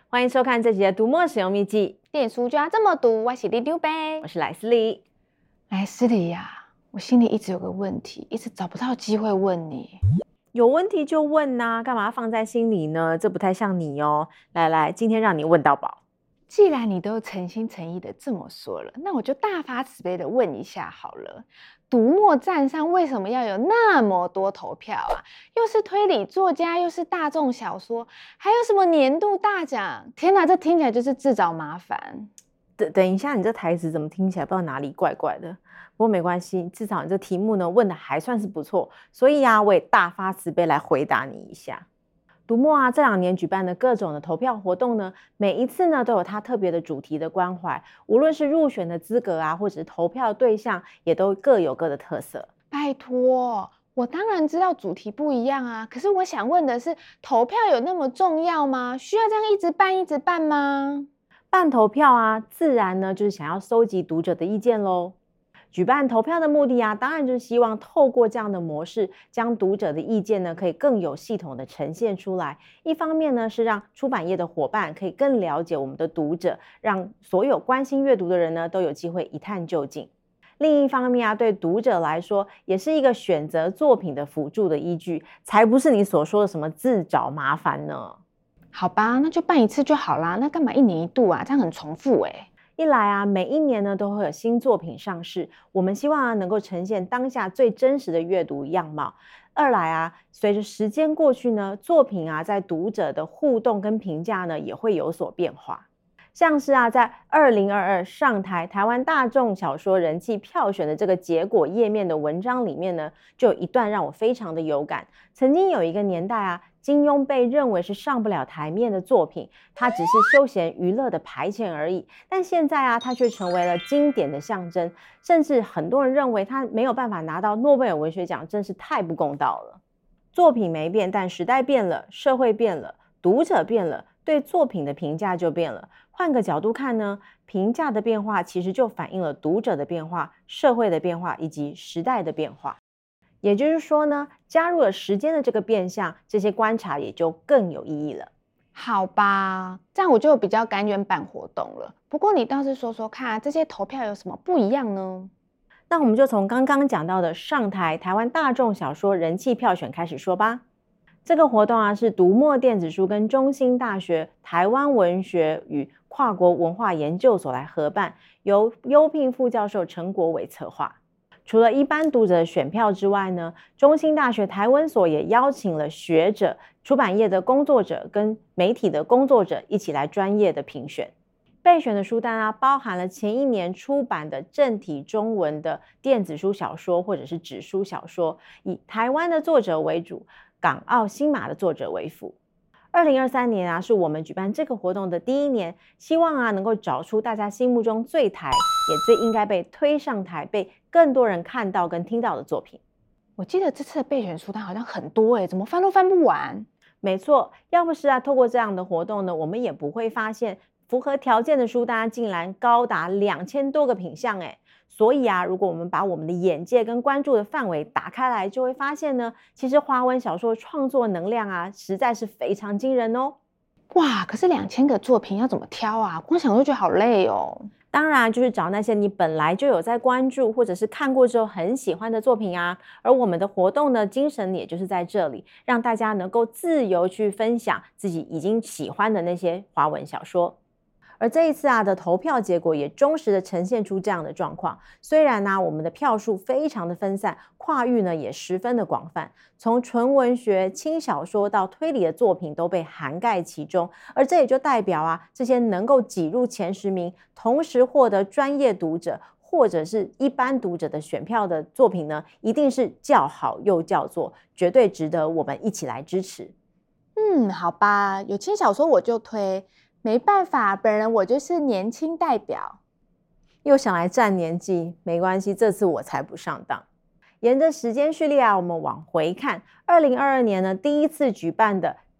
欢迎收看这集的读墨使用秘籍。 念书就要这么读，我是李丢呗。 我是莱斯利。 莱斯利呀，我心里一直有个问题，一直找不到机会问你。 有问题就问啊，干嘛放在心里呢？这不太像你哦。来，今天让你问到饱。 既然你都诚心诚意的这么说了，那我就大发慈悲的问一下好了。读墨站上为什么要有那么多投票啊？又是推理作家，又是大众小说，还有什么年度大奖？天哪，这听起来就是自找麻烦。 等一下，你这台词怎么听起来不知道哪里怪怪的？不过没关系，至少你这题目呢问的还算是不错，所以啊，我也大发慈悲来回答你一下。读墨啊，这2年举办的各种的投票活动呢，每一次呢都有它特别的主题的关怀，无论是入选的资格啊，或者是投票对象，也都各有各的特色。 拜托，我当然知道主题不一样啊，可是我想问的是，投票有那么重要吗？需要这样一直办吗？ 办投票啊，自然呢就是想要收集读者的意见咯。举办投票的目的啊，当然就是希望透过这样的模式，将读者的意见呢可以更有系统的呈现出来。一方面呢是让出版业的伙伴可以更了解我们的读者，让所有关心阅读的人呢都有机会一探究竟。另一方面啊，对读者来说也是一个选择作品的辅助的依据，才不是你所说的什么自找麻烦呢。 好吧，那就办一次就好啦，那干嘛1年1度啊？这样很重复欸。 一来啊，每一年呢都会有新作品上市，我们希望啊能够呈现当下最真实的阅读样貌。二来啊，随着时间过去呢，作品啊在读者的互动跟评价呢也会有所变化。像是啊，在2022上台台湾大众小说人气票选的这个结果页面的文章里面呢，就有一段让我非常的有感。曾经有一个年代啊，金庸被认为是上不了台面的作品，它只是休闲娱乐的排遣而已。但现在啊，它却成为了经典的象征，甚至很多人认为它没有办法拿到诺贝尔文学奖，真是太不公道了。作品没变，但时代变了，社会变了，读者变了，对作品的评价就变了。换个角度看呢，评价的变化其实就反映了读者的变化、社会的变化以及时代的变化。也就是说呢，加入了时间的这个变相，这些观察也就更有意义了。 好吧，这样我就比较甘愿办活动了。不过你倒是说说看，这些投票有什么不一样呢？ 那我们就从刚刚讲到的上台台湾大众小说人气票选开始说吧。这个活动啊，是读墨电子书跟中兴大学台湾文学与跨国文化研究所来合办，由优聘副教授陈国伟策划。除了一般读者的选票之外呢，中兴大学台文所也邀请了学者、出版业的工作者跟媒体的工作者一起来专业的评选。备选的书单啊，包含了前一年出版的正体中文的电子书小说或者是纸书小说，以台湾的作者为主，港澳新马的作者为辅。2023年啊，是我们举办这个活动的第1年，希望啊能够找出大家心目中最台，也最应该被推上台，被更多人看到跟听到的作品。 我记得这次的备选书单好像很多怎么翻都翻不完。 没错，要不是啊透过这样的活动呢，我们也不会发现符合条件的书单竟然高达2000多个品项所以啊，如果我们把我们的眼界跟关注的范围打开来，就会发现呢，其实华文小说创作能量啊，实在是非常惊人哦。 哇，可是2000个作品要怎么挑啊？光想就觉得好累哦。 当然，就是找那些你本来就有在关注，或者是看过之后很喜欢的作品啊。而我们的活动呢，精神也就是在这里，让大家能够自由去分享自己已经喜欢的那些华文小说。而这一次啊的投票结果也忠实的呈现出这样的状况。虽然呢，我们的票数非常的分散，跨域呢也十分的广泛，从纯文学、轻小说到推理的作品都被涵盖其中。而这也就代表啊，这些能够挤入前10名，同时获得专业读者或者是一般读者的选票的作品呢，一定是叫好又叫座，绝对值得我们一起来支持。 好吧，有轻小说我就推。没办法，本人我就是年轻代表。 又想来占年纪，没关系，这次我才不上当。沿着时间序列啊，我们往回看，2022年呢第一次举办的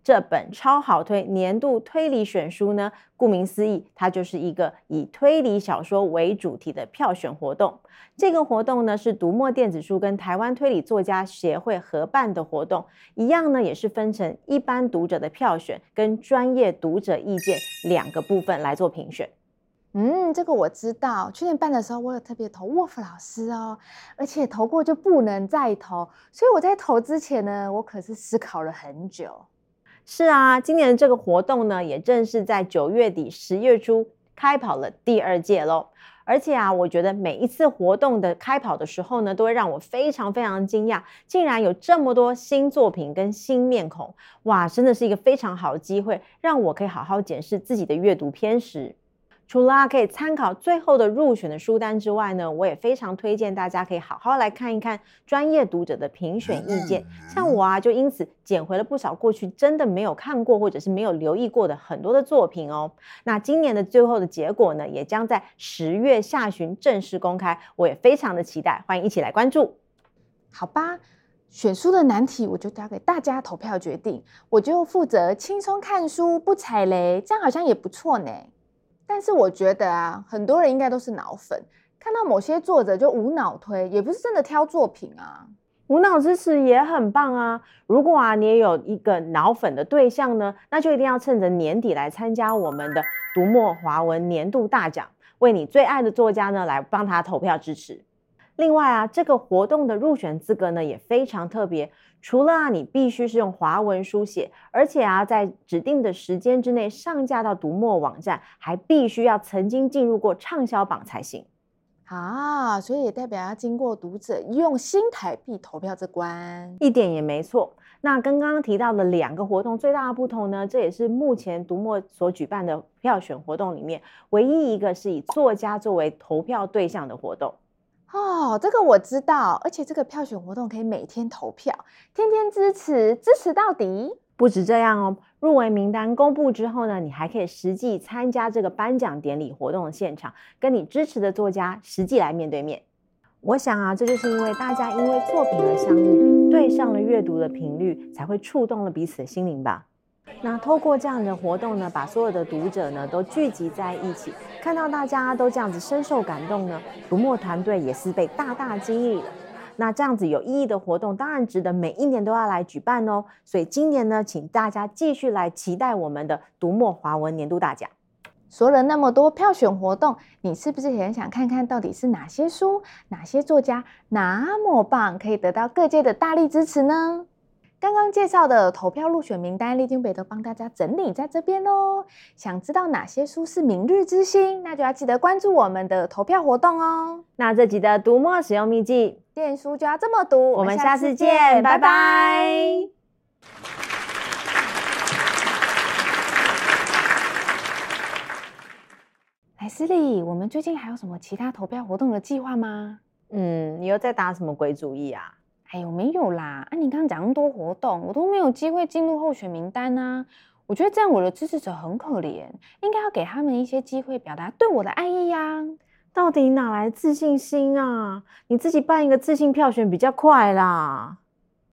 这本超好推年度推理选书呢，顾名思义，它就是一个以推理小说为主题的票选活动。这个活动呢是读墨电子书跟台湾推理作家协会合办的活动，一样呢也是分成一般读者的票选跟专业读者意见2个部分来做评选。 这个我知道，去年办的时候我有特别投沃夫老师哦，而且投过就不能再投，所以我在投之前呢，我可是思考了很久。 是啊，今年的这个活动呢，也正是在9月底10月初开跑了第2届咯。而且啊，我觉得每一次活动的开跑的时候呢，都会让我非常非常惊讶，竟然有这么多新作品跟新面孔，哇，真的是一个非常好的机会，让我可以好好检视自己的阅读偏食。除了可以参考最后的入选的书单之外呢，我也非常推荐大家可以好好来看一看专业读者的评选意见。像我啊，就因此捡回了不少过去真的没有看过或者是没有留意过的很多的作品哦。那今年的最后的结果呢，也将在10月下旬正式公开，我也非常的期待，欢迎一起来关注。 好吧，选书的难题我就交给大家投票决定，我就负责轻松看书不踩雷，这样好像也不错呢。但是我觉得啊，很多人应该都是脑粉，看到某些作者就无脑推，也不是真的挑作品啊。 无脑支持也很棒啊！如果啊你也有一个脑粉的对象呢，那就一定要趁着年底来参加我们的读墨华文年度大奖，为你最爱的作家呢来帮他投票支持。另外啊，这个活动的入选资格呢也非常特别，除了啊你必须是用华文书写，而且啊在指定的时间之内上架到读墨网站，还必须要曾经进入过畅销榜才行。 啊，所以也代表要经过读者用新台币投票这关， 一点也没错。那跟刚刚提到的2个活动最大的不同呢，这也是目前读墨所举办的票选活动里面唯一一个是以作家作为投票对象的活动。 哦，这个我知道，而且这个票选活动可以每天投票，天天支持，支持到底。 不止这样哦，入围名单公布之后呢，你还可以实际参加这个颁奖典礼活动的现场，跟你支持的作家实际来面对面。我想啊，这就是因为大家因为作品而相遇，对上了阅读的频率，才会触动了彼此的心灵吧。那透过这样的活动呢，把所有的读者呢都聚集在一起，看到大家都这样子深受感动呢，读墨团队也是被大大激励了。那这样子有意义的活动，当然值得每一年都要来举办哦。所以今年呢，请大家继续来期待我们的读墨华文年度大奖。 说了那么多票选活动，你是不是很想看看到底是哪些书、哪些作家那么棒，可以得到各界的大力支持呢？刚刚介绍的投票入选名单，立金北都帮大家整理在这边咯。想知道哪些书是明日之星，那就要记得关注我们的投票活动哦。 那这集的读墨使用秘籍， 电书就要这么读， 我们下次见，拜拜。 莱斯利，我们最近还有什么其他投票活动的计划吗？ 你又在打什么鬼主意啊？ 哎呦，没有啦！你刚刚讲那么多活动，我都没有机会进入候选名单啊。我觉得这样我的支持者很可怜，应该要给他们一些机会表达对我的爱意呀。 到底哪来自信心啊？你自己办一个自信票选比较快啦。